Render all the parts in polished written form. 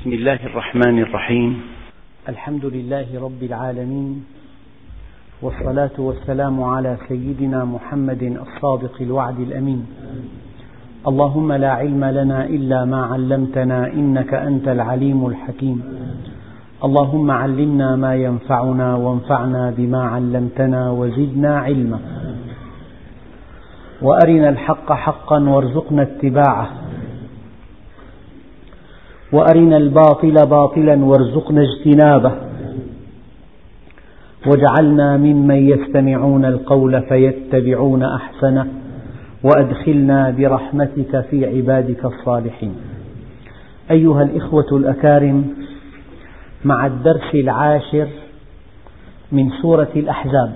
بسم الله الرحمن الرحيم. الحمد لله رب العالمين، والصلاة والسلام على سيدنا محمد الصادق الوعد الأمين. اللهم لا علم لنا إلا ما علمتنا إنك أنت العليم الحكيم. اللهم علمنا ما ينفعنا وانفعنا بما علمتنا وزدنا علما، وأرنا الحق حقا وارزقنا اتباعه، وأرنا الباطل باطلا وارزقنا اجتنابه، واجعلنا ممن يستمعون القول فيتبعون أحسنه، وأدخلنا برحمتك في عبادك الصالحين. أيها الإخوة الأكارم، مع الدرس العاشر من سورة الأحزاب.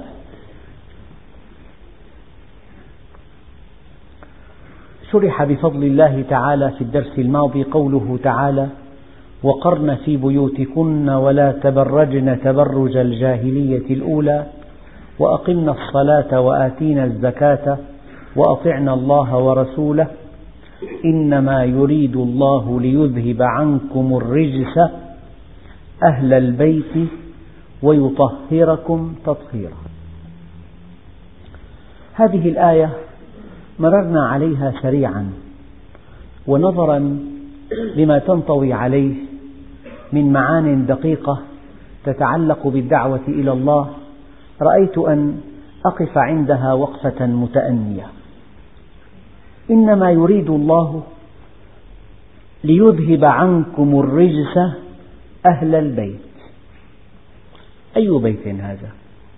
شرح بفضل الله تعالى في الدرس الماضي قوله تعالى: وقرن في بيوتكن ولا تبرجن تبرج الجاهلية الأولى وأقمنا الصلاة وآتينا الزكاة وأطعنا الله ورسوله إنما يريد الله ليذهب عنكم الرجس أهل البيت ويطهركم تطهيرا. هذه الآية مررنا عليها سريعا، ونظرا لما تنطوي عليه من معان دقيقة تتعلق بالدعوة إلى الله، رأيت أن أقف عندها وقفة متأنية. إنما يريد الله ليذهب عنكم الرجس أهل البيت. أي بيت هذا؟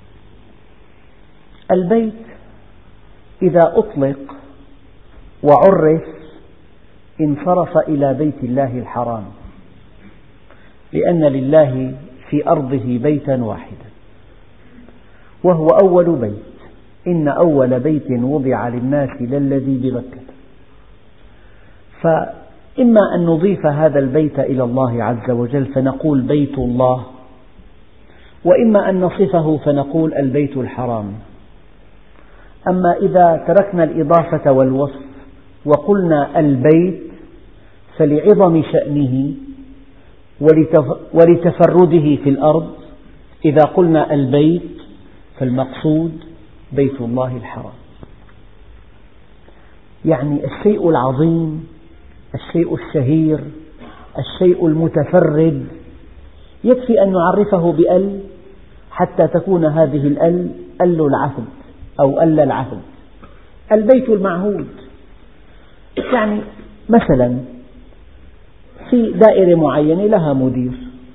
البيت إذا أطلق وعرف انصرف إلى بيت الله الحرام، لأن لله في أرضه بيتا واحدا وهو أول بيت. إن أول بيت وضع للناس للذي ببكة. فإما أن نضيف هذا البيت إلى الله عز وجل فنقول بيت الله، وإما أن نصفه فنقول البيت الحرام. أما إذا تركنا الإضافة والوصف وقلنا البيت فلعظم شأنه ولتفرده في الأرض، إذا قلنا البيت فالمقصود بيت الله الحرام. يعني الشيء العظيم، الشيء الشهير، الشيء المتفرد، يكفي أن نعرفه بأل حتى تكون هذه الأل أل العهد أو أل العهد. البيت المعهود، يعني مثلا في دائرة معينة لها مدير،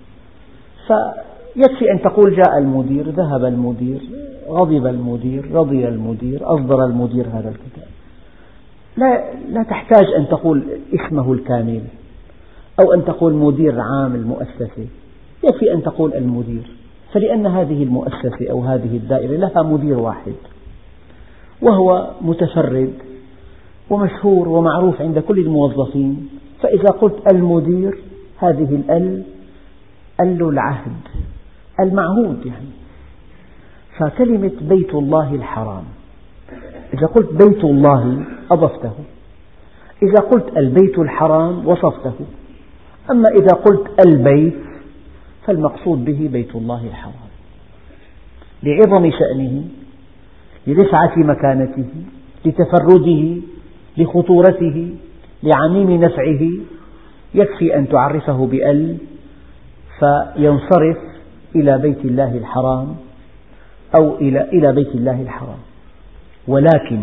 فيكفي أن تقول جاء المدير، ذهب المدير، غضب المدير، رضي المدير، أصدر المدير هذا الكتاب. لا تحتاج أن تقول اسمه الكامل أو أن تقول مدير عام المؤسسة، يكفي أن تقول المدير، فلأن هذه المؤسسة أو هذه الدائرة لها مدير واحد وهو متفرد ومشهور ومعروف عند كل الموظفين. فإذا قلت المدير، هذه الأل أل العهد المعهود يعني. فكلمة بيت الله الحرام، إذا قلت بيت الله أضفته، إذا قلت البيت الحرام وصفته. أما إذا قلت البيت فالمقصود به بيت الله الحرام لعظم شأنه، لرفعة مكانته، لتفرده، لخطورته، لعميم نفعه. يكفي أن تعرفه بأل فينصرف إلى بيت الله الحرام أو إلى بيت الله الحرام. ولكن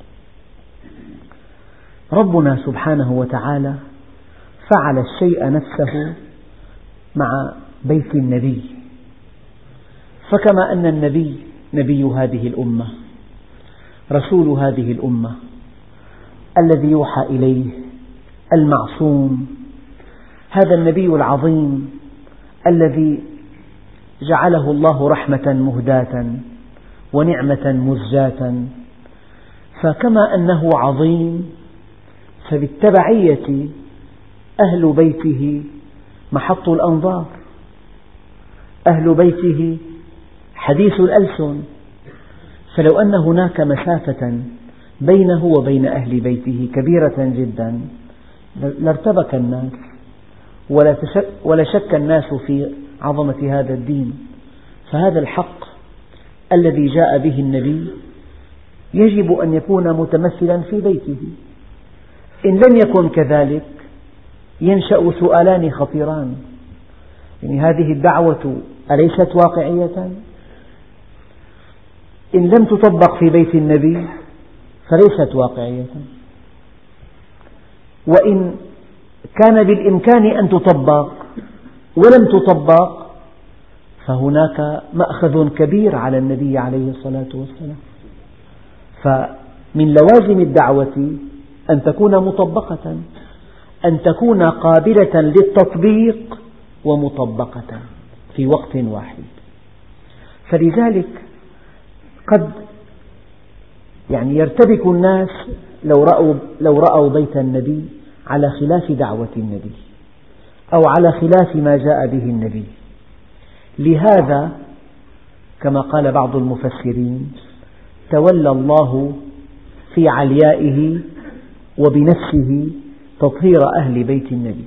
ربنا سبحانه وتعالى فعل الشيء نفسه مع بيت النبي. فكما أن النبي نبي هذه الأمة، رسول هذه الأمة، الذي يوحى إليه، المعصوم، هذا النبي العظيم الذي جعله الله رحمة مهداة ونعمة مزجاة، فكما أنه عظيم فبالتبعية أهل بيته محط الأنظار، أهل بيته حديث الألسن. فلو أن هناك مسافة بينه وبين أهل بيته كبيرة جدا لارتبك الناس ولا شك الناس في عظمة هذا الدين. فهذا الحق الذي جاء به النبي يجب أن يكون متمثلا في بيته. إن لم يكن كذلك ينشأ سؤالان خطيران، يعني هذه الدعوة أليست واقعية؟ إن لم تطبق في بيت النبي فليست واقعية، وإن كان بالإمكان أن تطبق ولم تطبق فهناك مأخذ كبير على النبي عليه الصلاة والسلام. فمن لوازم الدعوة أن تكون مطبقة، أن تكون قابلة للتطبيق ومطبقة في وقت واحد. فلذلك قد يرتبك الناس لو رأوا بيت النبي على خلاف دعوة النبي أو على خلاف ما جاء به النبي. لهذا كما قال بعض المفسرين تولى الله في عليائه وبنفسه تطهير أهل بيت النبي.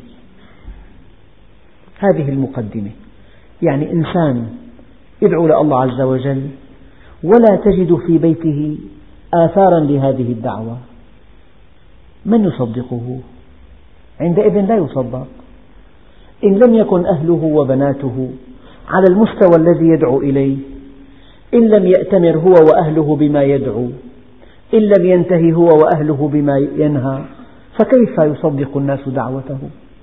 هذه المقدمة، يعني إنسان يدعو إلى الله عز وجل ولا تجد في بيته آثارا لهذه الدعوة، من يصدقه؟ عندئذ لا يصدق. إن لم يكن أهله وبناته على المستوى الذي يدعو إليه، إن لم يأتمر هو وأهله بما يدعو، إن لم ينتهي هو وأهله بما ينهى، فكيف يصدق الناس دعوته؟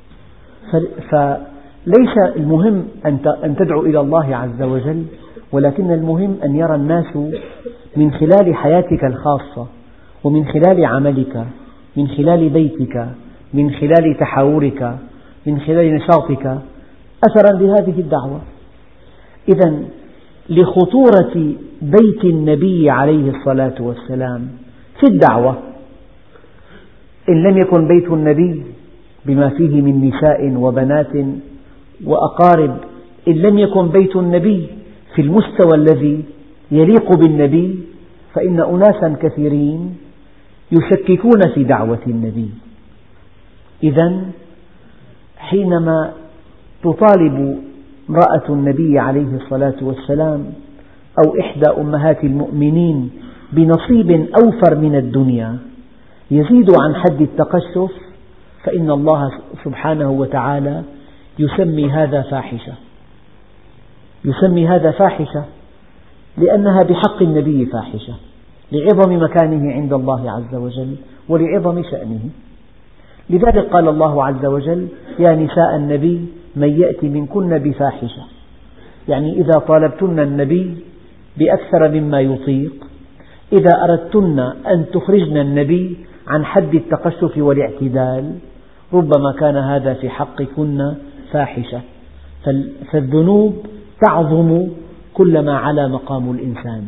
فليس المهم أن تدعو إلى الله عز وجل، ولكن المهم أن يرى الناس من خلال حياتك الخاصة ومن خلال عملك، من خلال بيتك، من خلال تحاورك، من خلال نشاطك أثرا لهذه الدعوة. إذن لخطورة بيت النبي عليه الصلاة والسلام في الدعوة، إن لم يكن بيت النبي بما فيه من نساء وبنات وأقارب، إن لم يكن بيت النبي في المستوى الذي يليق بالنبي، فإن أناسا كثيرين يشككون في دعوة النبي. إذن حينما تطالب امرأة النبي عليه الصلاة والسلام أو إحدى أمهات المؤمنين بنصيب أوفر من الدنيا يزيد عن حد التقشف، فإن الله سبحانه وتعالى يسمي هذا فاحشة، يسمي هذا فاحشة لأنها بحق النبي فاحشة، لعظم مكانه عند الله عز وجل ولعظم شأنه. لذلك قال الله عز وجل: يا نساء النبي من يأتي منكن بفاحشة، يعني إذا طالبتن النبي بأكثر مما يطيق، إذا أردتن أن تخرجن النبي عن حد التقشف والاعتدال، ربما كان هذا في حقكن فاحشة. فالذنوب تعظم كلما علا مقام الإنسان.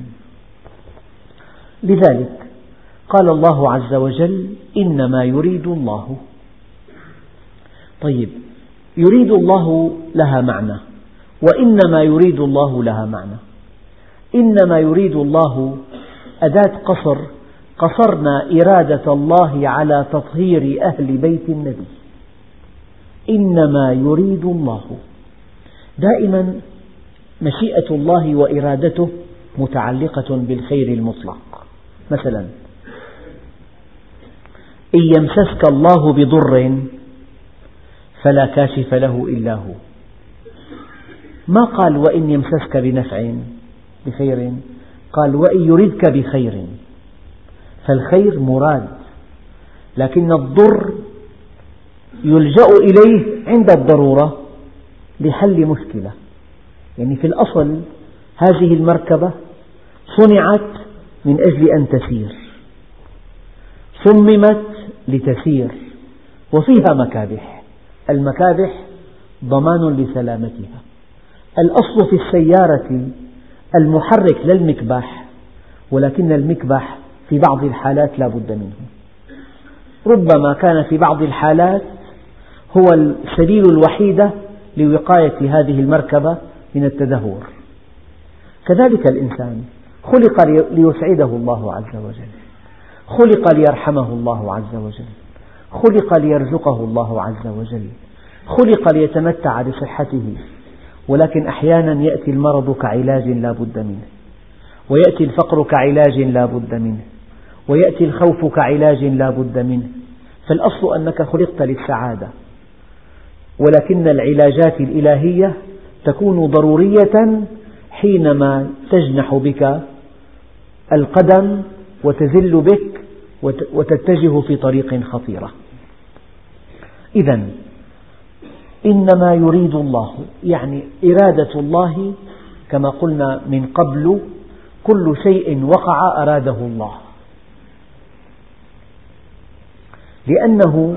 لذلك قال الله عز وجل: إنما يريد الله. طيب، يريد الله لها معنى، وإنما يريد الله لها معنى. إنما يريد الله أداة قصر، قصرنا إرادة الله على تطهير أهل بيت النبي. إنما يريد الله، دائما مشيئة الله وإرادته متعلقة بالخير المطلق. مثلا: إن يمسسك الله بضر فلا كاشف له إلا هو. ما قال وإن يمسسك بنفع بخير، قال وإن يردك بخير. فالخير مراد، لكن الضر يلجأ إليه عند الضرورة لحل مشكلة. يعني في الأصل هذه المركبة صنعت من أجل أن تسير، صممت لتسير، وفيها مكابح. المكابح ضمان لسلامتها. الأصل في السيارة المحرك للمكبح، ولكن المكبح في بعض الحالات لا بد منه. ربما كان في بعض الحالات هو السبيل الوحيد لوقاية هذه المركبة من التدهور. كذلك الإنسان خلق ليسعده الله عز وجل، خلق ليرحمه الله عز وجل، خلق ليرزقه الله عز وجل، خلق ليتمتع بصحته، ولكن أحيانا يأتي المرض كعلاج لا بد منه، ويأتي الفقر كعلاج لا بد منه، ويأتي الخوف كعلاج لا بد منه. فالأصل أنك خلقت للسعادة، ولكن العلاجات الإلهية تكون ضرورية حينما تجنح بك القدم وتزل بك وتتجه في طريق خطيرة. إذن إنما يريد الله، يعني إرادة الله كما قلنا من قبل، كل شيء وقع أراده الله، لأنه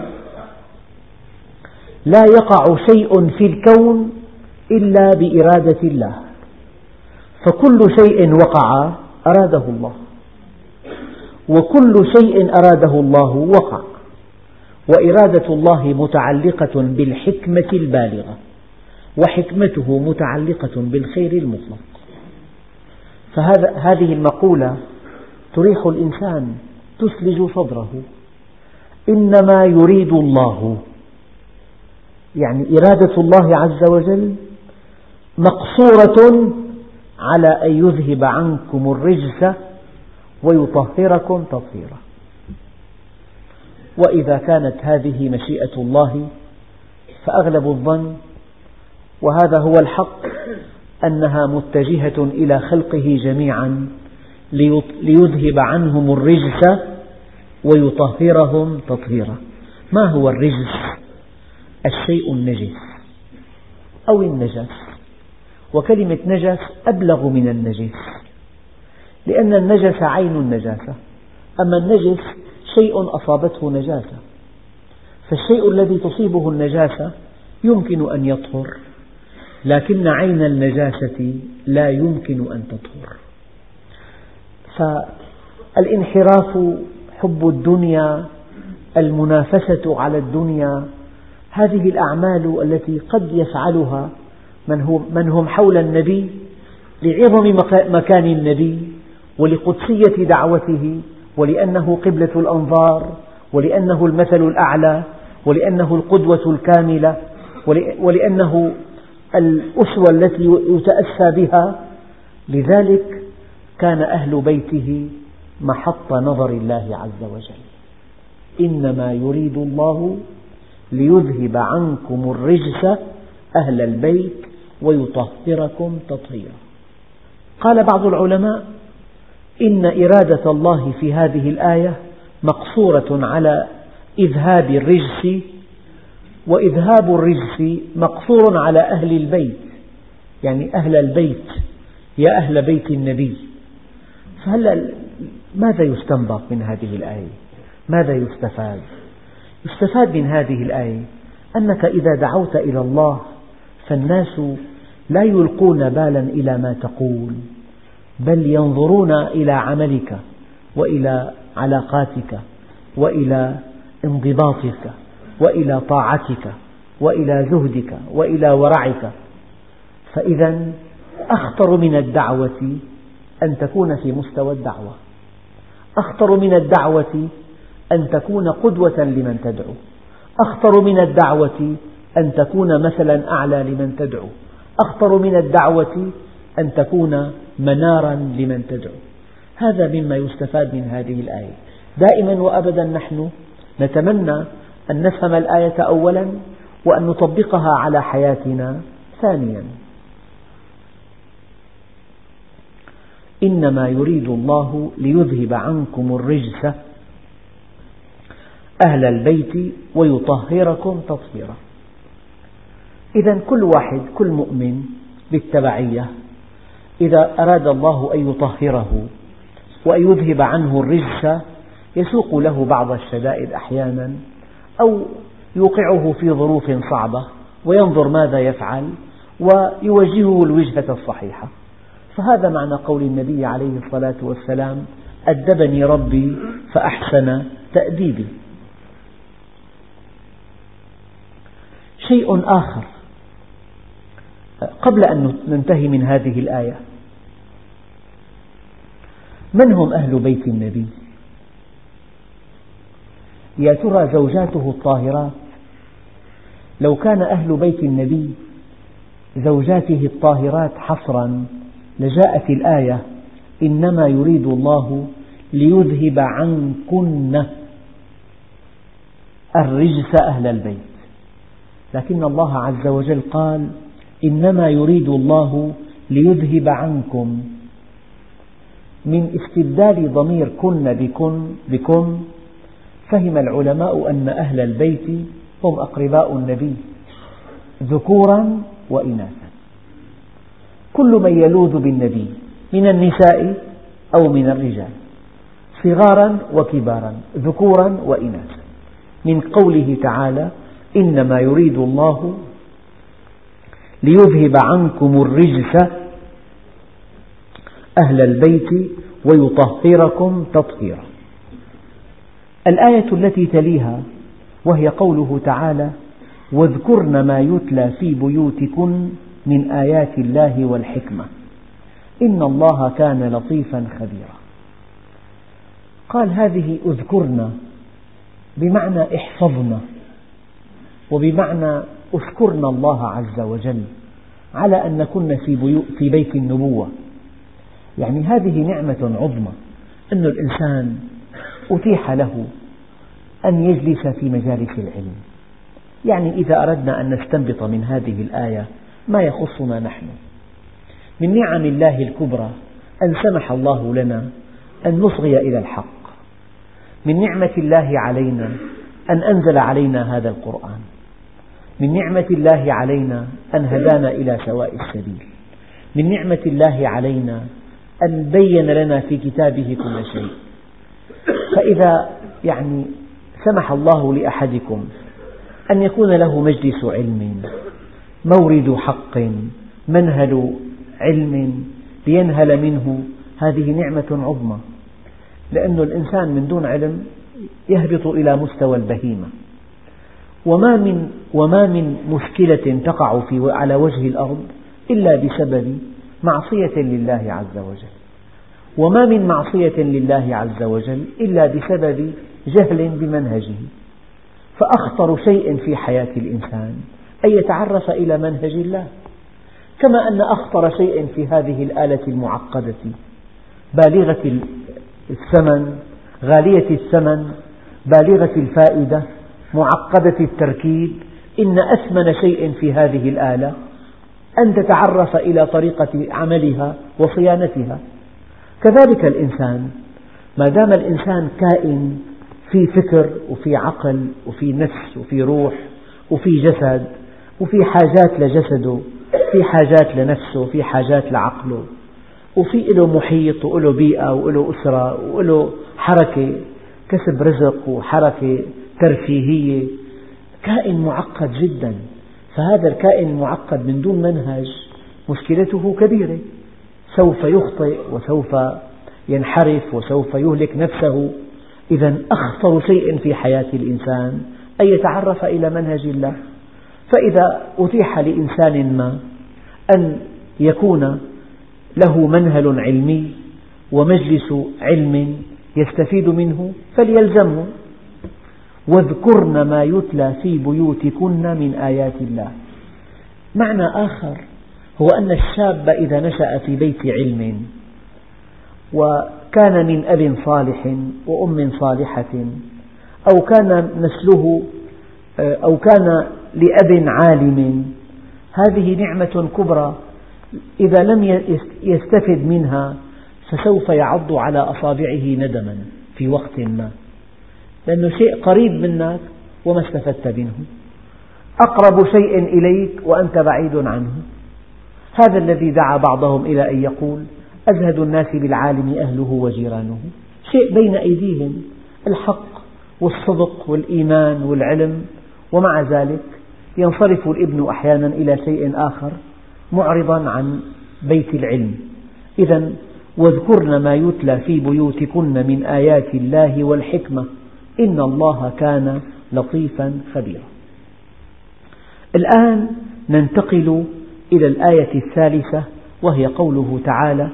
لا يقع شيء في الكون إلا بإرادة الله، فكل شيء وقع أراده الله، وكل شيء أراده الله وقع، وإرادة الله متعلقة بالحكمة البالغة، وحكمته متعلقة بالخير المطلق. فهذه المقولة تريح الإنسان، تثلج صدره. إنما يريد الله، يعني إرادة الله عز وجل مقصورة على أن يذهب عنكم الرجس ويطهركم تطهيرا. وإذا كانت هذه مشيئة الله فأغلب الظن، وهذا هو الحق، أنها متجهة إلى خلقه جميعا ليذهب عنهم الرجس ويطهرهم تطهيرا. ما هو الرجس؟ الشيء النجس أو النجس، وكلمة نجس أبلغ من النجس، لأن النجس عين النجاسة، أما النجس شيء أصابته نجاسة، فالشيء الذي تصيبه النجاسة يمكن أن يطهر، لكن عين النجاسة لا يمكن أن تطهر. فالانحراف، حب الدنيا، المنافسة على الدنيا، هذه الأعمال التي قد يفعلها من هم حول النبي لعظم مكان النبي ولقدسية دعوته، ولأنه قبلة الأنظار، ولأنه المثل الأعلى، ولأنه القدوة الكاملة، ولأنه الأسوة التي يتأسى بها. لذلك كان أهل بيته محط نظر الله عز وجل. إنما يريد الله ليذهب عنكم الرجس أهل البيت ويطهركم تطهيرا. قال بعض العلماء إن إرادة الله في هذه الآية مقصورة على إذهاب الرجس، وإذهاب الرجس مقصور على أهل البيت، يعني أهل البيت، يا أهل بيت النبي. فهلأ ماذا يستنبط من هذه الآية؟ ماذا يستفاد؟ يستفاد من هذه الآية أنك إذا دعوت إلى الله فالناس لا يلقون بالا إلى ما تقول، بل ينظرون إلى عملك وإلى علاقاتك وإلى انضباطك وإلى طاعتك وإلى زهدك وإلى ورعك. فإذا أخطر من الدعوة أن تكون في مستوى الدعوة، أخطر من الدعوة أن تكون قدوة لمن تدعو، أخطر من الدعوة أن تكون مثلا أعلى لمن تدعو، أخطر من الدعوة أن تكون منارا لمن تدعو. هذا مما يستفاد من هذه الآية. دائما وأبدا نحن نتمنى أن نفهم الآية أولا وأن نطبقها على حياتنا ثانيا. إنما يريد الله ليذهب عنكم الرجس أهل البيت ويطهركم تطهيرا. إذا كل واحد، كل مؤمن بالتبعية، إذا أراد الله أن يطهره وأن يذهب عنه الرجس يسوق له بعض الشدائد أحيانا، أو يوقعه في ظروف صعبة وينظر ماذا يفعل ويوجهه الوجهة الصحيحة. فهذا معنى قول النبي عليه الصلاة والسلام: أدبني ربي فأحسن تأديبي. شيء آخر قبل أن ننتهي من هذه الآية: من هم أهل بيت النبي؟ يا ترى زوجاته الطاهرات لو كان أهل بيت النبي زوجاته الطاهرات حصرا لجاءت الآية إنما يريد الله ليذهب عنكن الرجس أهل البيت، لكن الله عز وجل قال إنما يريد الله ليذهب عنكم، من استبدال ضمير كن بكن فهم العلماء أن أهل البيت هم أقرباء النبي ذكورا وإناثا، كل من يلوذ بالنبي من النساء أو من الرجال، صغارا وكبارا، ذكورا وإناثا، من قوله تعالى إنما يريد الله ليذهب عنكم الرجس أهل البيت ويطهركم تطهيرا. الآية التي تليها وهي قوله تعالى واذكرن ما يتلى في بيوتكن من آيات الله والحكمة إن الله كان لطيفا خبيرا. قال هذه اذكرن بمعنى احفظن، وبمعنى اذكرن الله عز وجل على أن كن في بيت النبوة، يعني هذه نعمة عظمى أن الإنسان أتيح له أن يجلس في مجالس العلم. يعني إذا أردنا أن نستنبط من هذه الآية ما يخصنا نحن، من نعم الله الكبرى أن سمح الله لنا أن نصغي إلى الحق، من نعمة الله علينا أن أنزل علينا هذا القرآن، من نعمة الله علينا أن هدانا إلى سواء السبيل، من نعمة الله علينا أن بين لنا في كتابه كل شيء. فإذا سمح الله لأحدكم أن يكون له مجلس علم، مورد حق، منهل علم لينهل منه، هذه نعمة عظمى، لأن الإنسان من دون علم يهبط إلى مستوى البهيمة. وما من مشكلة تقع على وجه الأرض إلا بسبب معصية لله عز وجل، وما من معصية لله عز وجل إلا بسبب جهل بمنهجه. فأخطر شيء في حياة الإنسان أن يتعرف إلى منهج الله، كما أن أخطر شيء في هذه الآلة المعقدة بالغة الثمن، غالية الثمن، بالغة الفائدة، معقدة التركيب، إن أثمن شيء في هذه الآلة أن تتعرف إلى طريقة عملها وصيانتها. كذلك الإنسان، ما دام الإنسان كائن في فكر وفي عقل وفي نفس وفي روح وفي جسد وفي حاجات لجسده، في حاجات لنفسه، وفي حاجات لعقله، وفي له محيط وله بيئة وله أسرة وله حركة كسب رزق وحركة ترفيهية، كائن معقد جدا. فهذا الكائن المعقد من دون منهج مشكلته كبيرة، سوف يخطئ وسوف ينحرف وسوف يهلك نفسه. إذا أخطر شيء في حياة الإنسان أن يتعرف إلى منهج الله. فإذا أتيح لإنسان ما أن يكون له منهل علمي ومجلس علم يستفيد منه فليلزمه. واذكرن ما يتلى في بيوتكن من آيات الله. معنى آخر هو أن الشاب إذا نشأ في بيت علم وكان من أب صالح وأم صالحة، أو كان نسله أو كان لأب عالم، هذه نعمة كبرى، إذا لم يستفد منها فسوف يعض على أصابعه ندما في وقت ما، لأنه شيء قريب منك وما استفدت منه، أقرب شيء إليك وأنت بعيد عنه. هذا الذي دعا بعضهم إلى أن يقول أزهد الناس بالعالم أهله وجيرانه، شيء بين أيديهم، الحق والصدق والإيمان والعلم، ومع ذلك ينصرف الابن أحيانا إلى شيء آخر معرضا عن بيت العلم. إذا واذكرن ما يتلى في بيوتكن من آيات الله والحكمة إن الله كان لطيفا خبيرا. الآن ننتقل إلى الآية الثالثة، وهي قوله تعالى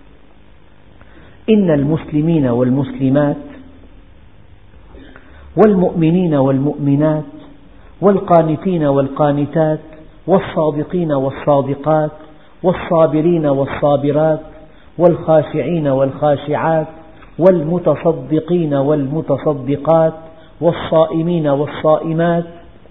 إن المسلمين والمسلمات والمؤمنين والمؤمنات والقانتين والقانتات والصادقين والصادقات والصابرين والصابرات والخاشعين والخاشعات والمتصدقين والمتصدقات والصائمين والصائمات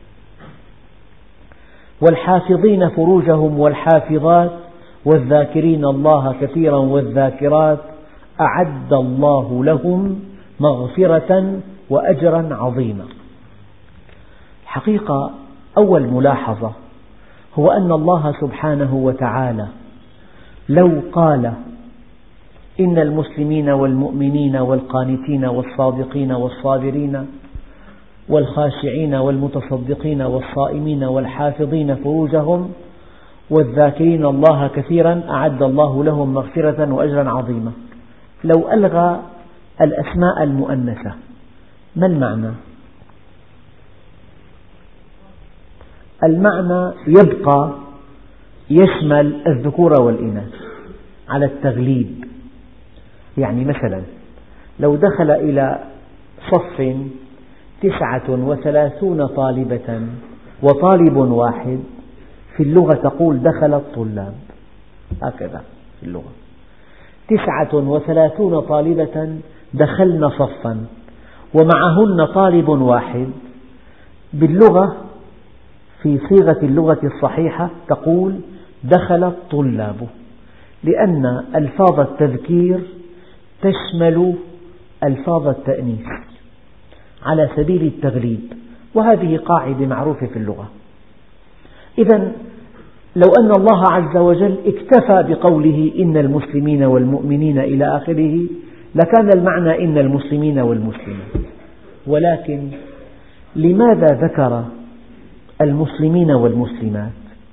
والحافظين فروجهم والحافظات والذاكرين الله كثيرا والذاكرات أعد الله لهم مغفرة وأجرا عظيما. الحقيقة أول ملاحظة هو أن الله سبحانه وتعالى لو قال إن المسلمين والمؤمنين والقانتين والصادقين والصابرين والخاشعين والمتصدقين والصائمين والحافظين فروجهم والذاكرين الله كثيرا أعد الله لهم مغفرة وأجرا عظيما، لو ألغى الأسماء المؤنثة ما المعنى؟ المعنى يبقى يشمل الذكور والإناث على التغليب. يعني مثلا لو دخل إلى صف 39 طالبة وطالب واحد، في اللغة تقول دخل الطلاب، هكذا في اللغة 39 طالبة دخلن صفا ومعهن طالب واحد، باللغة في صيغة اللغة الصحيحة تقول دخل الطلاب، لأن ألفاظ التذكير تشمل ألفاظ التأنيث على سبيل التغليب، وهذه قاعدة معروفة في اللغة. إذن لو أن الله عز وجل اكتفى بقوله إن المسلمين والمؤمنين إلى آخره لكان المعنى إن المسلمين والمسلمات، ولكن لماذا ذكر المسلمين والمسلمات؟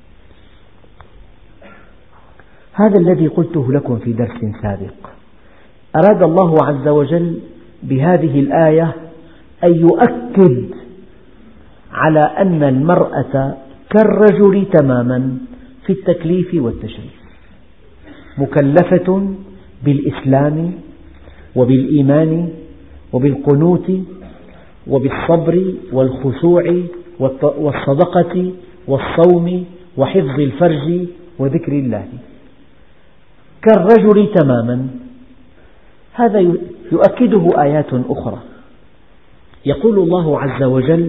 هذا الذي قلته لكم في درس سابق. أراد الله عز وجل بهذه الآية أن يؤكد على أن المرأة كالرجل تماما في التكليف والتشريف، مكلفة بالإسلام وبالإيمان وبالقنوت وبالصبر والخشوع والصدقة والصوم وحفظ الفرج وذكر الله، كالرجل تماما. هذا يؤكده آيات أخرى. يقول الله عز وجل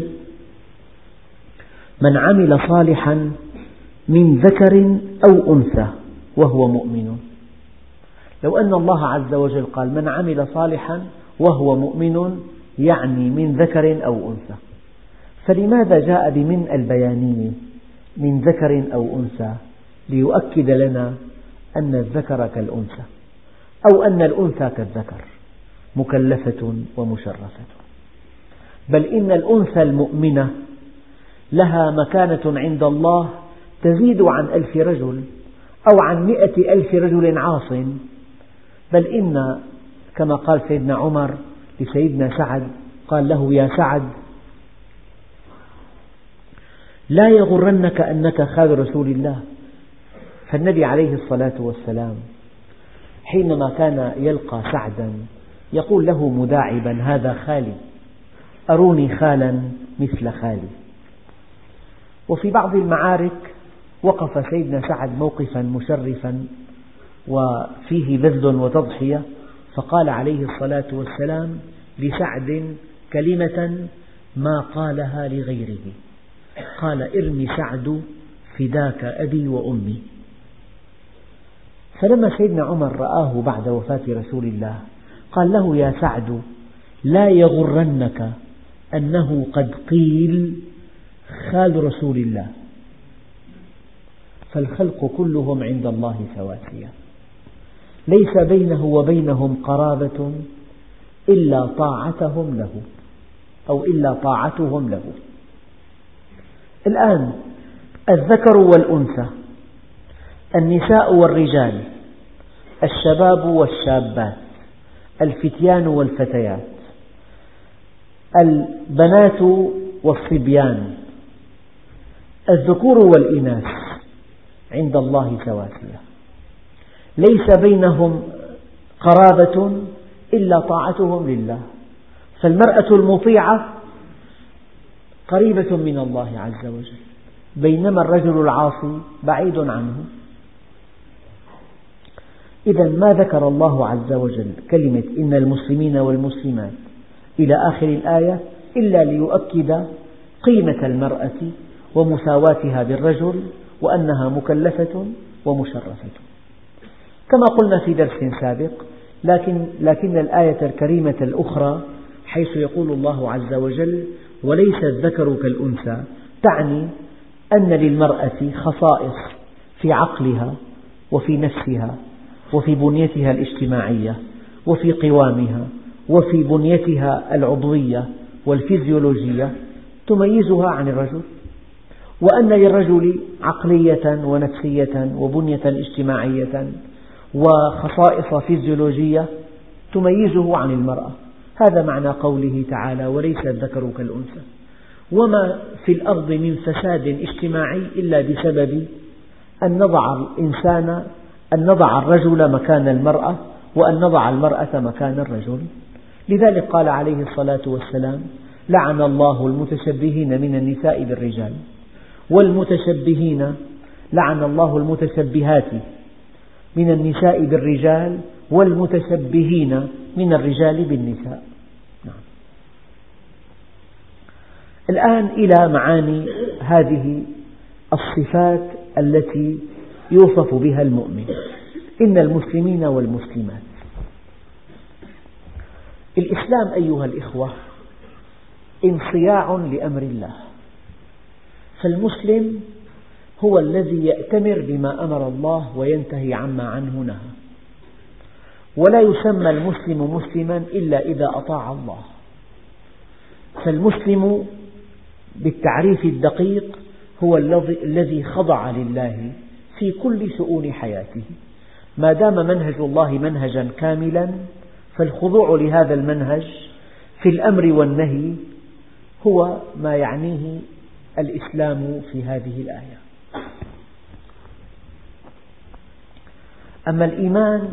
من عمل صالحا من ذكر أو أنثى وهو مؤمن. لو أن الله عز وجل قال من عمل صالحا وهو مؤمن يعني من ذكر أو أنثى، فلماذا جاء بمن البيانية من ذكر أو أنثى؟ ليؤكد لنا أن الذكر كالأنثى أو أن الأنثى كالذكر، مكلفة ومشرفة، بل إن الأنثى المؤمنة لها مكانة عند الله تزيد عن 1000 رجل أو عن 100,000 رجل عاص، بل إن كما قال سيدنا عمر لسيدنا سعد، قال له يا سعد لا يغرنك أنك خال رسول الله. فالنبي عليه الصلاة والسلام حينما كان يلقى سعدا يقول له مداعبا هذا خالي، أروني خالا مثل خالي. وفي بعض المعارك وقف سيدنا سعد موقفا مشرفا وفيه بذل وتضحية، فقال عليه الصلاة والسلام لسعد كلمة ما قالها لغيره، قال ارمي سعد فداك أبي وأمي. فلما سيدنا عمر رآه بعد وفاة رسول الله قال له يا سعد لا يغرنك أنه قد قيل خال رسول الله، فالخلق كلهم عند الله سواسية، ليس بينه وبينهم قرابة إلا طاعتهم له أو إلا طاعتهم له. الآن الذكر والأنثى، النساء والرجال، الشباب والشابات، الفتيان والفتيات، البنات والصبيان، الذكور والإناث عند الله سواسية، ليس بينهم قرابة إلا طاعتهم لله. فالمرأة المطيعة قريبة من الله عز وجل، بينما الرجل العاصي بعيد عنه. إذا ما ذكر الله عز وجل كلمة إن المسلمين والمسلمات إلى آخر الآية إلا ليؤكد قيمة المرأة ومساواتها بالرجل وأنها مكلفة ومشرفة، كما قلنا في درس سابق. لكن الآية الكريمة الأخرى حيث يقول الله عز وجل وليس الذكر كالأنثى تعني أن للمرأة خصائص في عقلها وفي نفسها وفي بنيتها الاجتماعية وفي قوامها وفي بنيتها العضوية والفيزيولوجية تميزها عن الرجل، وأن للرجل عقلية ونفسية وبنية اجتماعية وخصائص فيزيولوجية تميزه عن المرأة. هذا معنى قوله تعالى وليس الذكر كالأنثى. وما في الأرض من فساد اجتماعي إلا بسبب أن نضع الرجل مكان المرأة وأن نضع المرأة مكان الرجل. لذلك قال عليه الصلاة والسلام لعن الله المتشبهين من النساء بالرجال، لعن الله المتشبهات من النساء بالرجال والمتشبهين من الرجال بالنساء. الآن إلى معاني هذه الصفات التي يوصف بها المؤمن. إن المسلمين والمسلمات. الإسلام أيها الإخوة انصياع لأمر الله، فالمسلم هو الذي يأتمر بما أمر الله وينتهي عما عنه نهى، ولا يسمى المسلم مسلما إلا إذا أطاع الله. فالمسلم بالتعريف الدقيق هو الذي خضع لله في كل شؤون حياته. ما دام منهج الله منهجا كاملا فالخضوع لهذا المنهج في الأمر والنهي هو ما يعنيه الإسلام في هذه الآية. أما الإيمان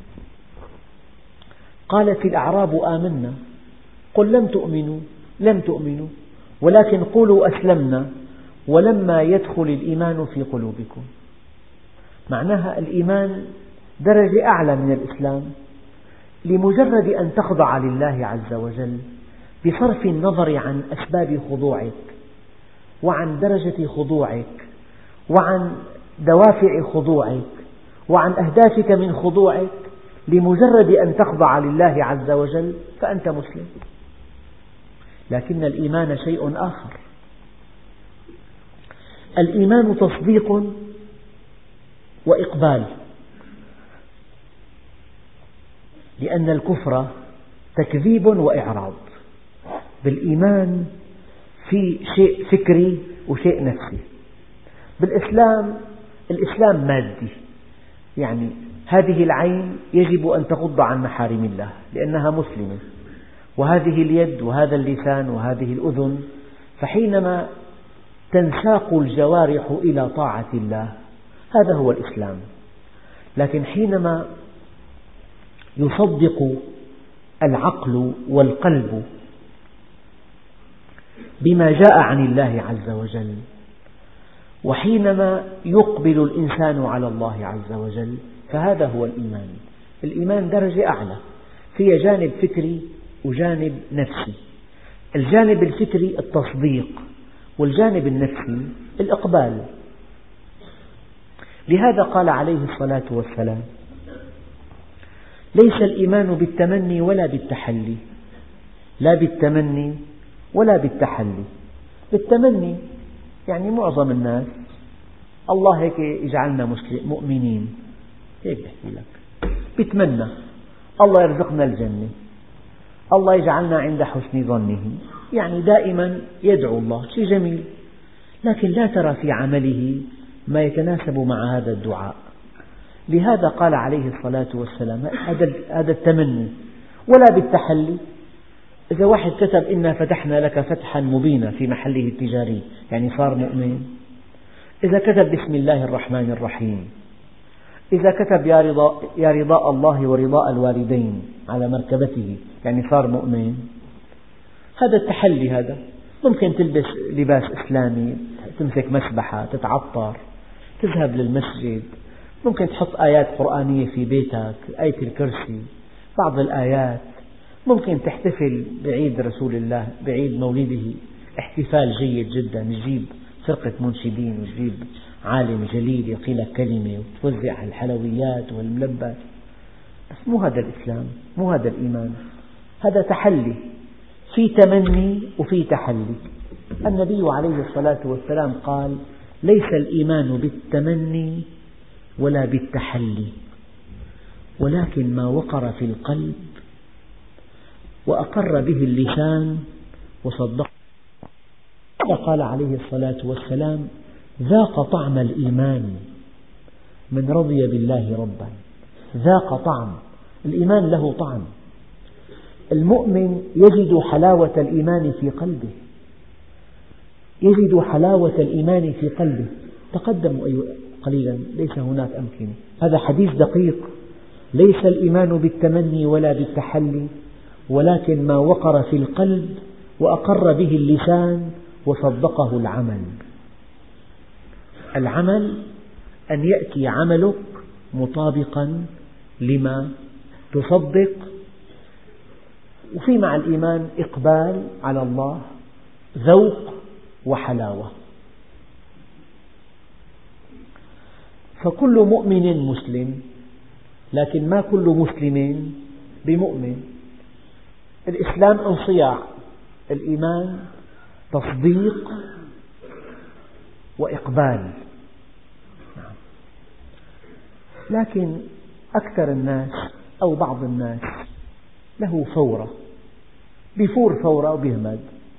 قالت الأعراب آمنا قل لم تؤمنوا ولكن قولوا أسلمنا ولما يدخل الإيمان في قلوبكم. معناها الإيمان درجة أعلى من الإسلام. لمجرد أن تخضع لله عز وجل بصرف النظر عن أسباب خضوعك وعن درجة خضوعك وعن دوافع خضوعك وعن أهدافك من خضوعك، لمجرد أن تخضع لله عز وجل فأنت مسلم. لكن الإيمان شيء آخر. الإيمان تصديق وإقبال، لأن الكفر تكذيب وإعراض. بالإيمان في شيء فكري وشيء نفسي. الإسلام مادي، يعني هذه العين يجب أن تغض عن محارم الله لأنها مسلمة، وهذه اليد وهذا اللسان وهذه الأذن، فحينما تنساق الجوارح إلى طاعة الله هذا هو الإسلام. لكن حينما يصدق العقل والقلب بما جاء عن الله عز وجل، وحينما يقبل الإنسان على الله عز وجل، فهذا هو الإيمان. الإيمان درجة أعلى، فيها جانب فكري وجانب نفسي. الجانب الفكري التصديق، والجانب النفسي الإقبال. لهذا قال عليه الصلاة والسلام ليس الإيمان بالتمني ولا بالتحلي. لا بالتمني ولا بالتحلي. بالتمني يعني معظم الناس الله هيك يجعلنا مؤمنين، هيك بحكي لك، بيتمنى الله يرزقنا الجنة، الله يجعلنا عند حسن ظنه، يعني دائما يدعو الله، شيء جميل، لكن لا ترى في عمله ما يتناسب مع هذا الدعاء. لهذا قال عليه الصلاة والسلام هذا التمني. ولا بالتحلي. إذا واحد كتب إنا فتحنا لك فتحا مبينا في محله التجاري يعني صار مؤمن. إذا كتب بسم الله الرحمن الرحيم، إذا كتب يا رضاء الله ورضاء الوالدين على مركبته يعني صار مؤمن. هذا التحلي هذا. ممكن تلبس لباس إسلامي، تمسك مسبحة، تتعطر، تذهب للمسجد، ممكن تحط آيات قرآنية في بيتك، آية الكرسي، بعض الآيات، ممكن تحتفل بعيد رسول الله، بعيد مولده، احتفال جيد جدا، تجيب فرقة منشدين وتجيب عالم جليل يلقي لك كلمة وتوزع الحلويات والملبس، بس مو هذا الإسلام، مو هذا الإيمان، هذا تحلي، في تمني وفي تحلي. النبي عليه الصلاة والسلام قال: ليس الإيمان بالتمني ولا بالتحلي، ولكن ما وقر في القلب وأقر به اللسان وصدق. قال عليه الصلاة والسلام: ذاق طعم الإيمان من رضي بالله ربا. ذاق طعم الإيمان، له طعم. المؤمن يجد حلاوة الإيمان في قلبه، يجد حلاوة الإيمان في قلبه. تقدموا قليلا، ليس هناك أمكنة. هذا حديث دقيق. ليس الإيمان بالتمني ولا بالتحلي، ولكن ما وقر في القلب وأقر به اللسان وصدقه العمل. العمل أن يأتي عملك مطابقا لما تصدق، وفي مع الإيمان إقبال على الله، ذوق وحلاوة. فكل مؤمن مسلم، لكن ما كل مسلم بمؤمن. الإسلام انصياع، الإيمان تصديق وإقبال. لكن أكثر الناس أو بعض الناس له فورة، بيفور فورة وبيهمد.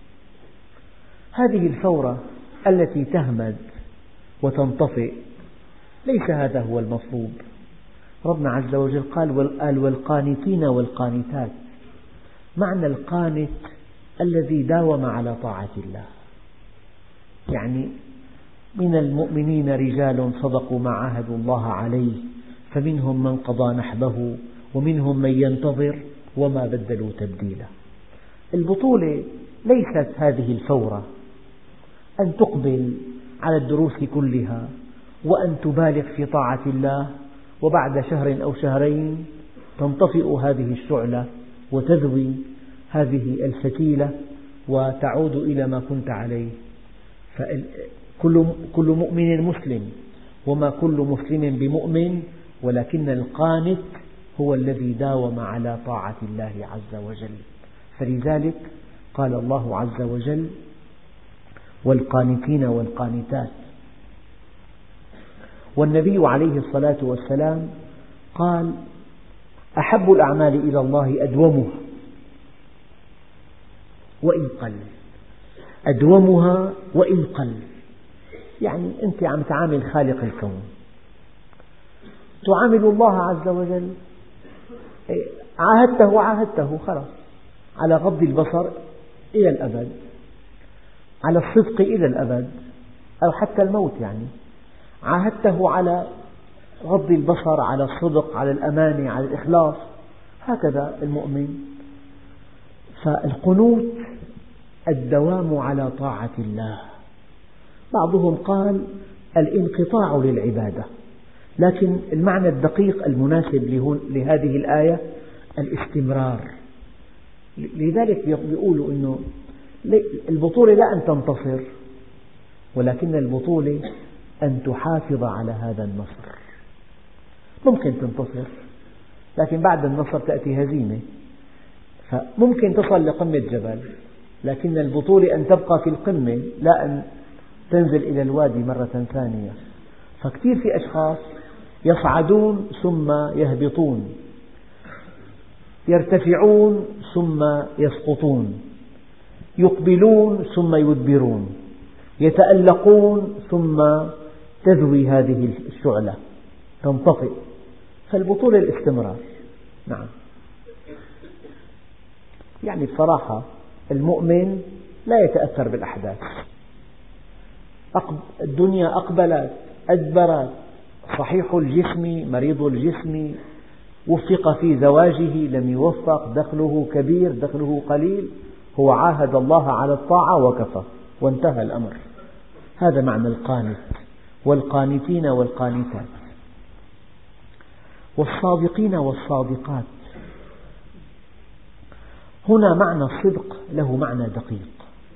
هذه الفورة التي تهمد وتنطفئ ليس هذا هو المطلوب. ربنا عز وجل قال: والقانتين والقانتات. معنى القانت الذي داوم على طاعة الله، يعني من المؤمنين رجال صدقوا ما عاهدوا الله عليه فمنهم من قضى نحبه ومنهم من ينتظر وما بدلوا تبديلا. البطولة ليست هذه الفورة، أن تقبل على الدروس كلها وأن تبالغ في طاعة الله، وبعد شهر أو شهرين تنطفئ هذه الشعلة وتذوي هذه الفتيلة وتعود إلى ما كنت عليه. كل مؤمن مسلم، وما كل مسلم بمؤمن، ولكن القانت هو الذي داوم على طاعة الله عز وجل. فلذلك قال الله عز وجل: والقانتين والقانتات. والنبي عليه الصلاة والسلام قال: أحب الأعمال إلى الله أدومها وإن قل. أدومها وإن قل، يعني أنت عم تعامل خالق الكون، تعامل الله عز وجل، عاهدته خلاص، على غض البصر إلى الأبد، على الصدق إلى الأبد، أو حتى الموت. يعني عاهدته على غض البصر، على الصدق، على الأمانة، على الإخلاص. هكذا المؤمن. فالقنوت الدوام على طاعة الله. بعضهم قال الانقطاع للعبادة، لكن المعنى الدقيق المناسب لهذه الآية الاستمرار. لذلك يقولوا أنه البطولة لا أن تنتصر، ولكن البطولة أن تحافظ على هذا النصر. ممكن تنتصر، لكن بعد النصر تأتي هزيمة، فممكن تصل لقمة جبل، لكن البطولة أن تبقى في القمة، لا أن تنزل إلى الوادي مرة ثانية. فكثير في أشخاص يصعدون ثم يهبطون، يرتفعون ثم يسقطون، يقبلون ثم يدبرون، يتألقون ثم تذوي هذه الشعلة، تنطفئ. فالبطولة الاستمرار. نعم، يعني بصراحة المؤمن لا يتأثر بالأحداث. الدنيا أقبلت أدبرت، صحيح الجسم مريض الجسم، وفق في زواجه لم يوفق، دخله كبير دخله قليل، هو عاهد الله على الطاعة وكفى وانتهى الأمر. هذا معنى القانت. والقانتين والقانتات والصادقين والصادقات. هنا معنى الصدق له معنى دقيق.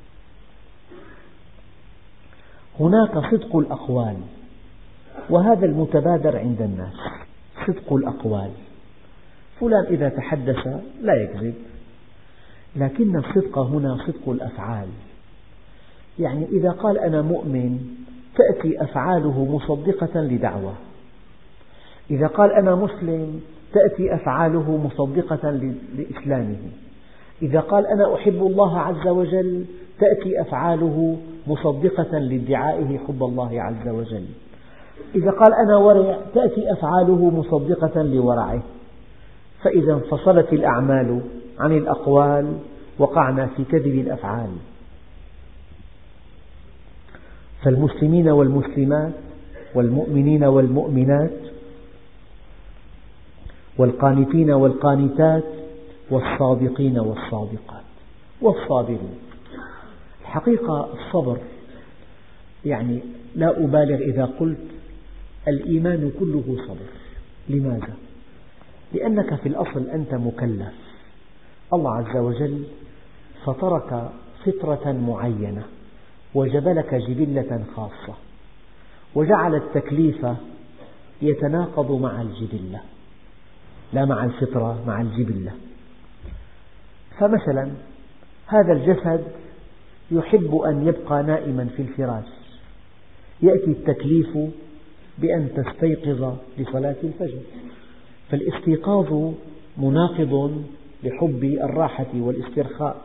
هناك صدق الأقوال، وهذا المتبادر عند الناس، صدق الأقوال. فلان إذا تحدث لا يكذب، لكن الصدق هنا صدق الأفعال. يعني إذا قال أنا مؤمن تأتي أفعاله مصدقة لدعوة، إذا قال أنا مسلم تأتي أفعاله مصدقة لإسلامه، إذا قال أنا أحب الله عز وجل تأتي أفعاله مصدقة لادعائه حب الله عز وجل، إذا قال أنا ورع تأتي أفعاله مصدقة لورعه. فإذا انفصلت الأعمال عن الأقوال وقعنا في كذب الأفعال. فالمسلمين والمسلمات والمؤمنين والمؤمنات والقانتين والقانتات والصادقين والصادقات والصابرين. الحقيقة الصبر، يعني لا أبالغ إذا قلت الإيمان كله صبر. لماذا؟ لأنك في الأصل أنت مكلف. الله عز وجل فطرك فطرة معينة وجبلك جبلة خاصة، وجعل التكليف يتناقض مع الجبلة، لا مع الفطرة، مع الجبلة. فمثلا هذا الجسد يحب أن يبقى نائما في الفراش، يأتي التكليف بأن تستيقظ لصلاة الفجر، فالاستيقاظ مناقض لحب الراحة والاسترخاء.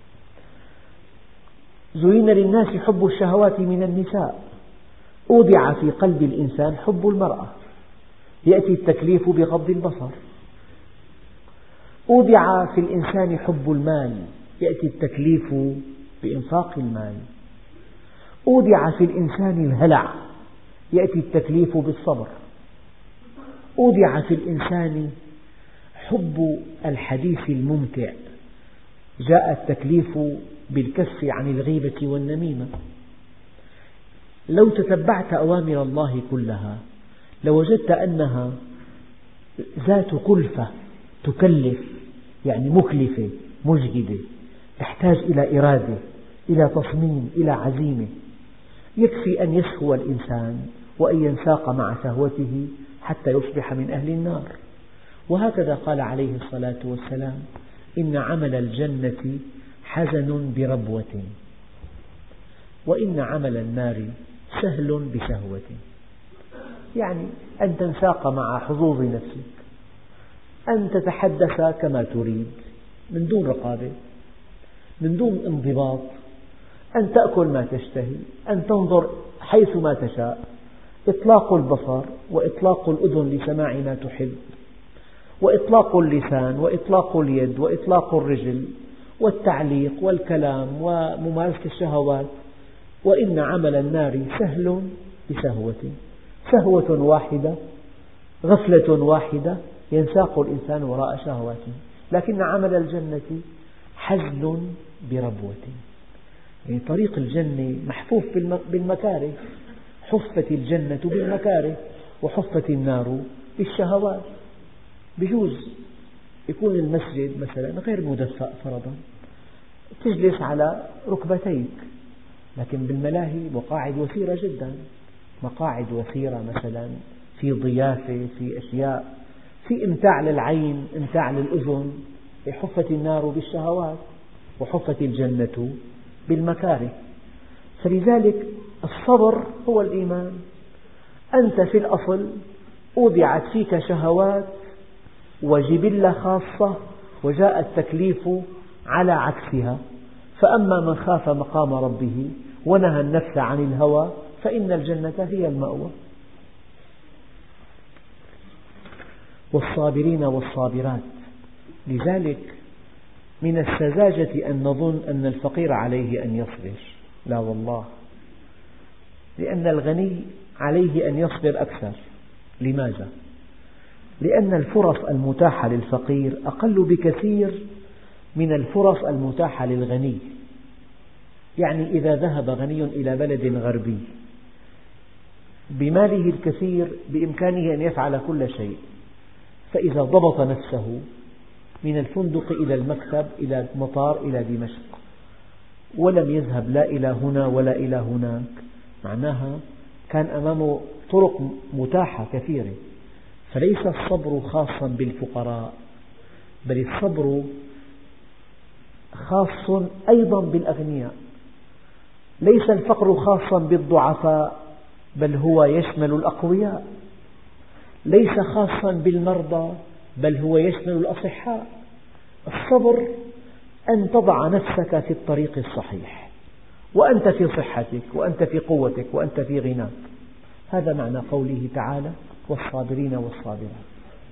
زين للناس حب الشهوات من النساء، أودع في قلب الإنسان حب المرأة، يأتي التكليف بغض البصر. أودع في الإنسان حب المال، يأتي التكليف بإنفاق المال. أودع في الإنسان الهلع، يأتي التكليف بالصبر. أودع في الإنسان حب الحديث الممتع، جاء التكليف بالكف عن الغيبة والنميمة. لو تتبعت أوامر الله كلها لوجدت أنها ذات كلفة، تكلف، يعني مكلفة مجهدة، تحتاج إلى إرادة، إلى تصميم، إلى عزيمة. يكفي أن يسهو الإنسان وأن ينساق مع شهوته حتى يصبح من أهل النار. وهكذا قال عليه الصلاة والسلام: إن عمل الجنة حزن بربوة، وإن عمل النار سهل بشهوة. يعني أن تنساق مع حظوظ نفسك، أن تتحدث كما تريد من دون رقابة، من دون انضباط، أن تأكل ما تشتهي، أن تنظر حيث ما تشاء، إطلاق البصر وإطلاق الأذن لسماع ما تحب، وإطلاق اللسان وإطلاق اليد وإطلاق الرجل والتعليق والكلام وممارسة الشهوات. وإن عمل النار سهل بسهوة، سهوة واحدة، غفلة واحدة، ينساق الإنسان وراء شهواته. لكن عمل الجنة حزن بربوة، يعني طريق الجنة محفوف بالمكاره، حفت الجنة بالمكاره وحفت النار بالشهوات. بجوز يكون المسجد مثلا غير مدفأ فرضا، تجلس على ركبتيك، لكن بالملاهي مقاعد وثيرة جدا، مقاعد وثيرة مثلا في ضيافة، في أشياء، في إمتاع للعين، إمتاع للأذن. حفت النار بالشهوات وحفت الجنة بالمكاره. فلذلك الصبر هو الإيمان. أنت في الأصل أودعت فيك شهوات وجبلة خاصة، وجاء التكليف على عكسها. فأما من خاف مقام ربه ونهى النفس عن الهوى فإن الجنة هي المأوى. والصابرين والصابرات. لذلك من السذاجة أن نظن أن الفقير عليه أن يصبر، لا والله، لأن الغني عليه أن يصبر أكثر. لماذا؟ لأن الفرص المتاحة للفقير أقل بكثير من الفرص المتاحة للغني. يعني إذا ذهب غني إلى بلد غربي بماله الكثير بإمكانه أن يفعل كل شيء، فإذا ضبط نفسه من الفندق إلى المكتب إلى المطار إلى دمشق ولم يذهب لا إلى هنا ولا إلى هناك، معناها كان أمامه طرق متاحة كثيرة. فليس الصبر خاصا بالفقراء، بل الصبر خاص أيضا بالأغنياء. ليس الفقر خاصا بالضعفاء، بل هو يشمل الأقوياء. ليس خاصا بالمرضى، بل هو يشمل الأصحاء. الصبر أن تضع نفسك في الطريق الصحيح وأنت في صحتك وأنت في قوتك وأنت في غناك. هذا معنى قوله تعالى: والصابرين والصابرات.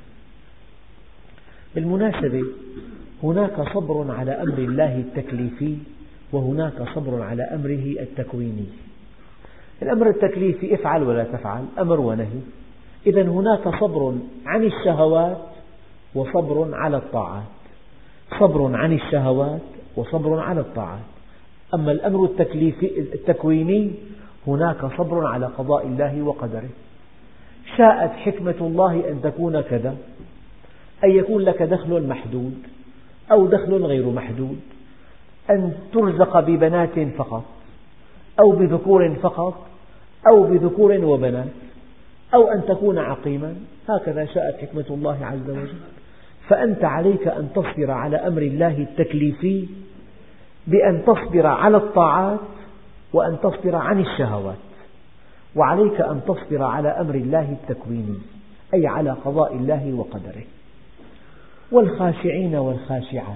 بالمناسبة هناك صبر على أمر الله التكليفي، وهناك صبر على أمره التكويني. الأمر التكليفي افعل ولا تفعل، أمر ونهي. إذن هناك صبر عن الشهوات وصبر على الطاعات، صبر عن الشهوات وصبر على الطاعات. أما الأمر التكويني هناك صبر على قضاء الله وقدره. شاءت حكمة الله أن تكون كذا، أن يكون لك دخل محدود أو دخل غير محدود، أن ترزق ببنات فقط أو بذكور فقط أو بذكور وبنات، أو أن تكون عقيما، هكذا شاءت حكمة الله عز وجل. فأنت عليك أن تصبر على أمر الله التكليفي بأن تصبر على الطاعات وأن تصبر عن الشهوات، وعليك أن تصبر على أمر الله التكويني، أي على قضاء الله وقدره. والخاشعين والخاشعات،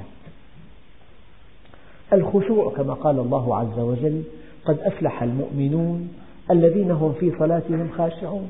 الخشوع كما قال الله عز وجل: قد أفلح المؤمنون الذين هم في صلاتهم خاشعون.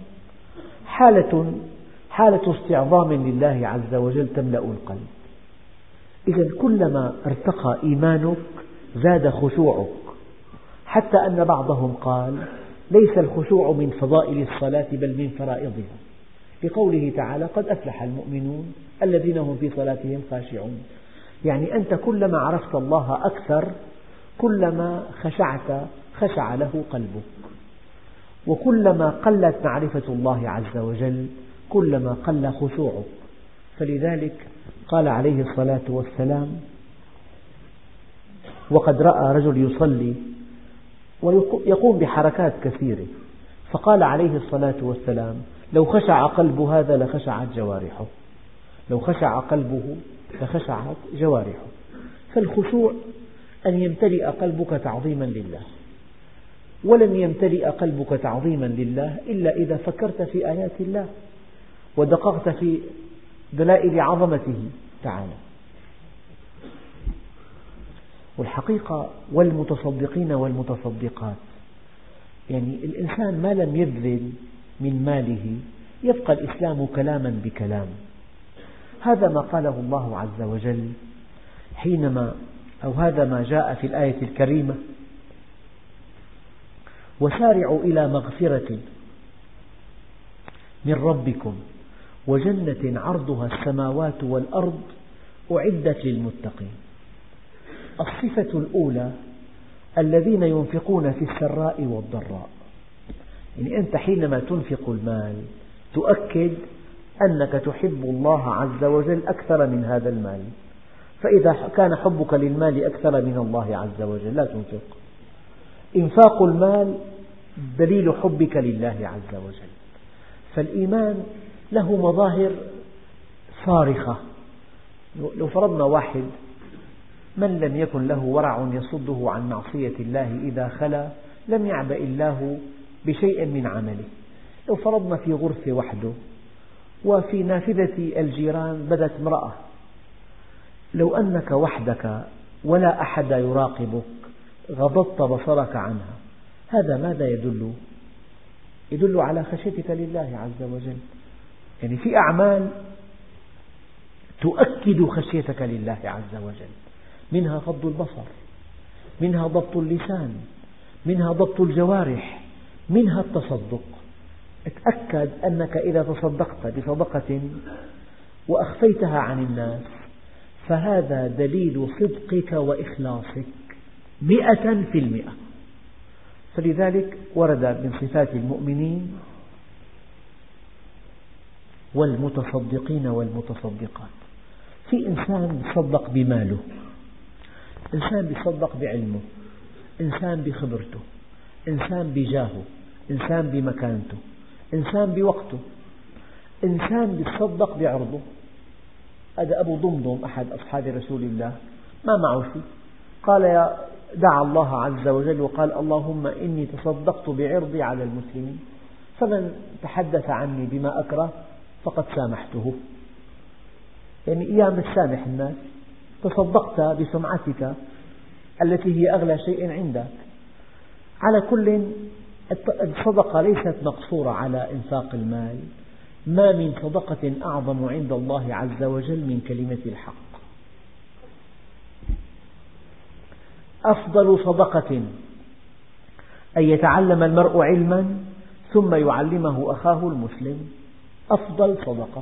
حالة استعظام لله عز وجل تملأ القلب. إذا كلما ارتقى إيمانك زاد خشوعك، حتى أن بعضهم قال: ليس الخشوع من فضائل الصلاة بل من فرائضها، لقوله تعالى: قد أفلح المؤمنون الذين هم في صلاتهم خاشعون. يعني أنت كلما عرفت الله أكثر كلما خشع له قلبك، وكلما قلت معرفة الله عز وجل كلما قل خشوعك. فلذلك قال عليه الصلاة والسلام: وقد رأى رجل يصلي ويقوم بحركات كثيرة، فقال عليه الصلاة والسلام: لو خشع قلب هذا لخشعت جوارحه، لو خشع قلبه لخشعت جوارحه. فالخشوع أن يمتلئ قلبك تعظيما لله، ولن يمتلئ قلبك تعظيما لله إلا إذا فكرت في آيات الله ودققت في دلائل عظمته تعالى. والحقيقة والمتصدقين والمتصدقات، يعني الإنسان ما لم يبذل من ماله يبقى الإسلام كلاما بكلام. هذا ما قاله الله عز وجل هذا ما جاء في الآية الكريمة: وسارعوا إلى مغفرة من ربكم وجنة عرضها السماوات والأرض أعدت للمتقين. الصفة الأولى: الذين ينفقون في السراء والضراء. يعني أنت حينما تنفق المال تؤكد أنك تحب الله عز وجل أكثر من هذا المال، فإذا كان حبك للمال أكثر من الله عز وجل لا تنفق. إنفاق المال دليل حبك لله عز وجل. فالإيمان له مظاهر صارخة. لو فرضنا واحد من لم يكن له ورع يصده عن معصية الله إذا خلا لم يعبأ الله بشيء من عمله. لو فرضنا في غرفة وحده وفي نافذة الجيران بدت امرأة، لو أنك وحدك ولا أحد يراقبك غضضت بصرك عنها، هذا ماذا يدل؟ يدل على خشيتك لله عز وجل. يعني في أعمال تؤكد خشيتك لله عز وجل، منها غض البصر، منها ضبط اللسان، منها ضبط الجوارح، منها التصدق. اتأكد أنك إذا تصدقت بصدقة وأخفيتها عن الناس فهذا دليل صدقك وإخلاصك 100%. فلذلك ورد من صفات المؤمنين والمتصدقين والمتصدقات. في إنسان يصدق بماله، إنسان يصدق بعلمه، إنسان بخبرته، إنسان بجاهه، إنسان بمكانته، إنسان بوقته، إنسان يصدق بعرضه. هذا أبو ضمضم أحد أصحاب رسول الله ما معه شيء، قال دعا الله عز وجل وقال اللهم إني تصدقت بعرضي على المسلمين، فمن تحدث عني بما أكره فقد سامحته. يعني أيام تسامح الناس، تصدقت بسمعتك التي هي أغلى شيء عندك. على كل، الصدقة ليست مقصورة على إنفاق المال، ما من صدقة أعظم عند الله عز وجل من كلمة الحق. أفضل صدقة أن يتعلم المرء علما ثم يعلمه أخاه المسلم، أفضل صدقة.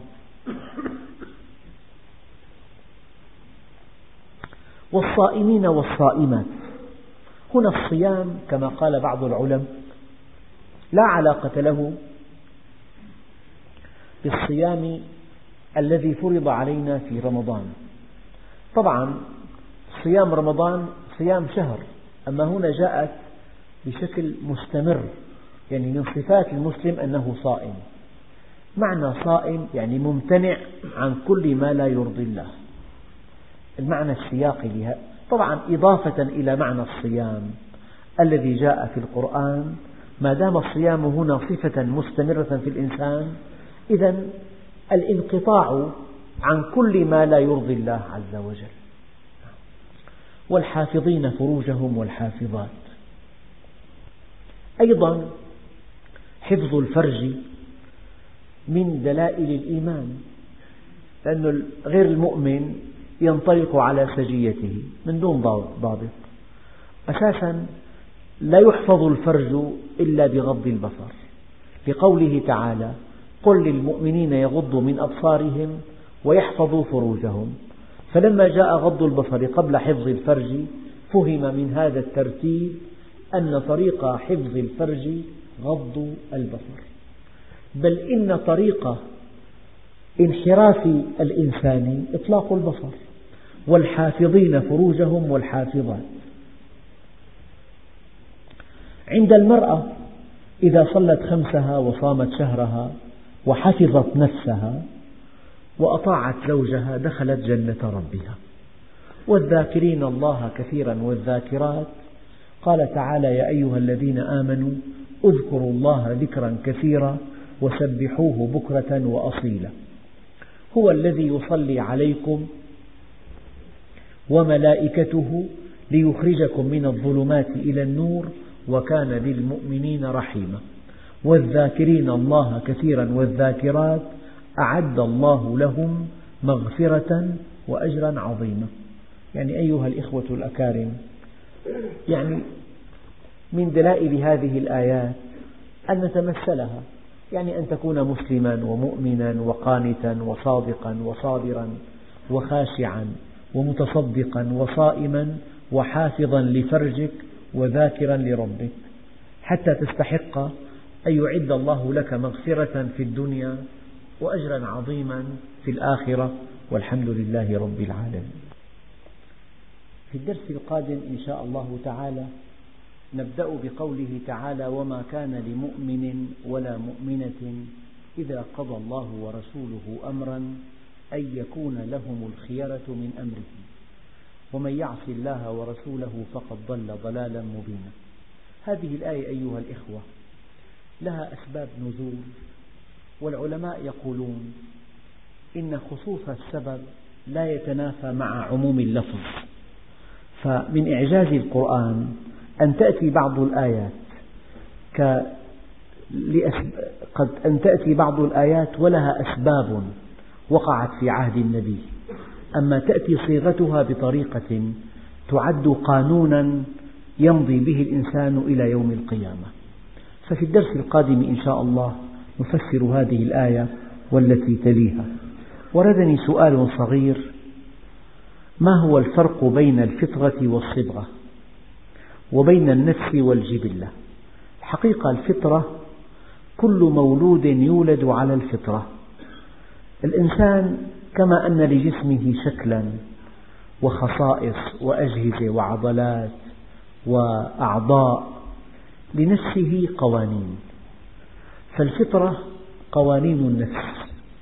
والصائمين والصائمات، هنا الصيام كما قال بعض العلماء لا علاقة له بالصيام الذي فرض علينا في رمضان. طبعا صيام رمضان صيام شهر، أما هنا جاءت بشكل مستمر، يعني من صفات المسلم أنه صائم. معنى صائم يعني ممتنع عن كل ما لا يرضي الله، المعنى السياقي لها. طبعا إضافة إلى معنى الصيام الذي جاء في القرآن، ما دام الصيام هنا صفة مستمرة في الإنسان، إذن الانقطاع عن كل ما لا يرضي الله عز وجل. والحافظين فروجهم والحافظات، أيضا حفظ الفرج من دلائل الإيمان، لأن غير المؤمن ينطلق على سجيته من دون ضابط. أساسا لا يحفظ الفرج إلا بغض البصر، لقوله تعالى قل للمؤمنين يغضوا من أبصارهم ويحفظوا فروجهم. فلما جاء غض البصر قبل حفظ الفرج فهم من هذا الترتيب أن طريق حفظ الفرج غض البصر، بل إن طريق انحراف الإنسان إطلاق البصر. والحافظين فروجهم والحافظات، عند المرأة إذا صلت خمسها وصامت شهرها وحفظت نفسها وأطاعت زوجها دخلت جنة ربها. والذاكرين الله كثيرا والذاكرات، قال تعالى يا أيها الذين آمنوا اذكروا الله ذكرا كثيرا وسبحوه بكرة وأصيلا. هو الذي يصلي عليكم وملائكته ليخرجكم من الظلمات إلى النور وكان بالمؤمنين رحيما. والذاكرين الله كثيرا والذاكرات أعد الله لهم مغفرة وأجرا عظيما. يعني أيها الإخوة الأكارم، يعني من دلائل هذه الآيات أن نتمثلها، يعني أن تكون مسلما ومؤمنا وقانتا وصادقا وصابرا وخاشعا ومتصدقا وصائما وحافظا لفرجك وذاكرا لربك، حتى تستحق أن يعد الله لك مغفرة في الدنيا وأجرا عظيما في الآخرة، والحمد لله رب العالمين. في الدرس القادم إن شاء الله تعالى نبدأ بقوله تعالى وما كان لمؤمن ولا مؤمنة إذا قضى الله ورسوله أمرا أن يكون لهم الخيرة من أمرهم ومن يعص الله ورسوله فقد ضل ضلالا مبينا. هذه الآية أيها الإخوة لها أسباب نزول، والعلماء يقولون إن خصوص السبب لا يتنافى مع عموم اللفظ. فمن إعجاز القرآن أن تأتي بعض الآيات أن تأتي بعض الآيات ولها أسباب وقعت في عهد النبي، أما تأتي صيغتها بطريقة تعد قانونا يمضي به الإنسان إلى يوم القيامة. ففي الدرس القادم إن شاء الله نفسر هذه الآية والتي تليها. وردني سؤال صغير ما هو الفرق بين الفطرة والصبغة وبين النفس والجبلة؟ الحقيقة الفطرة كل مولود يولد على الفطرة. الإنسان كما أن لجسمه شكلا وخصائص وأجهزة وعضلات وأعضاء، لنفسه قوانين، فالفطرة قوانين النفس.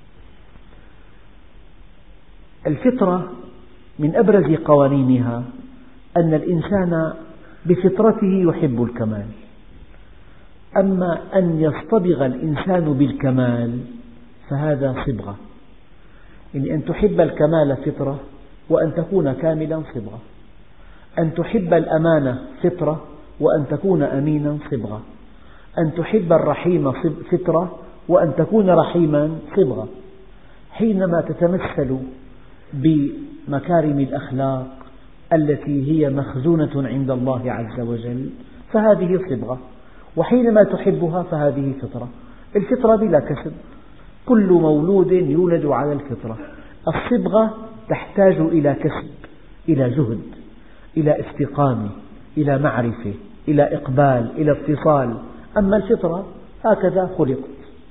الفطرة من أبرز قوانينها أن الإنسان بفطرته يحب الكمال، أما أن يصطبغ الإنسان بالكمال فهذا صبغة، يعني أن تحب الكمال فطرة وأن تكون كاملا صبغة، أن تحب الأمانة فطرة وأن تكون أمينا صبغة، أن تحب الرحيم فطرة وأن تكون رحيما صبغة. حينما تتمثل بمكارم الأخلاق التي هي مخزونة عند الله عز وجل فهذه صبغة، وحينما تحبها فهذه فطرة. الفطرة بلا كسب، كل مولود يولد على الفطرة. الصبغة تحتاج إلى كسب، إلى جهد، إلى استقامة، إلى معرفة، إلى إقبال، إلى اتصال. أما الفطرة هكذا خلقت.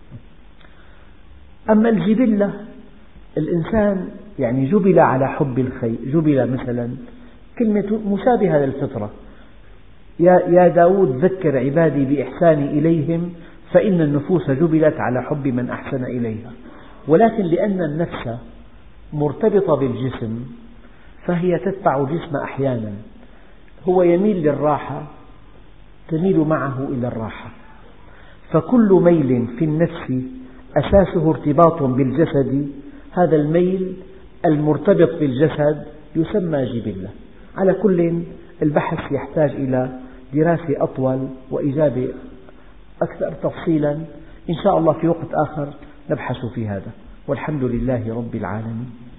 أما الجبلة، الإنسان يعني جبل على حب الخير، جبل مثلا كلمة مشابهة للفطرة، يا داود ذكر عبادي بإحساني إليهم فإن النفوس جبلت على حب من أحسن إليها. ولكن لأن النفس مرتبطة بالجسم فهي تتبع الجسم أحيانا، هو يميل للراحة تميل معه إلى الراحة، فكل ميل في النفس أساسه ارتباط بالجسد، هذا الميل المرتبط بالجسد يسمى جبلة. على كل البحث يحتاج إلى دراسة أطول وإجابة أكثر تفصيلا، إن شاء الله في وقت آخر نبحث في هذا، والحمد لله رب العالمين.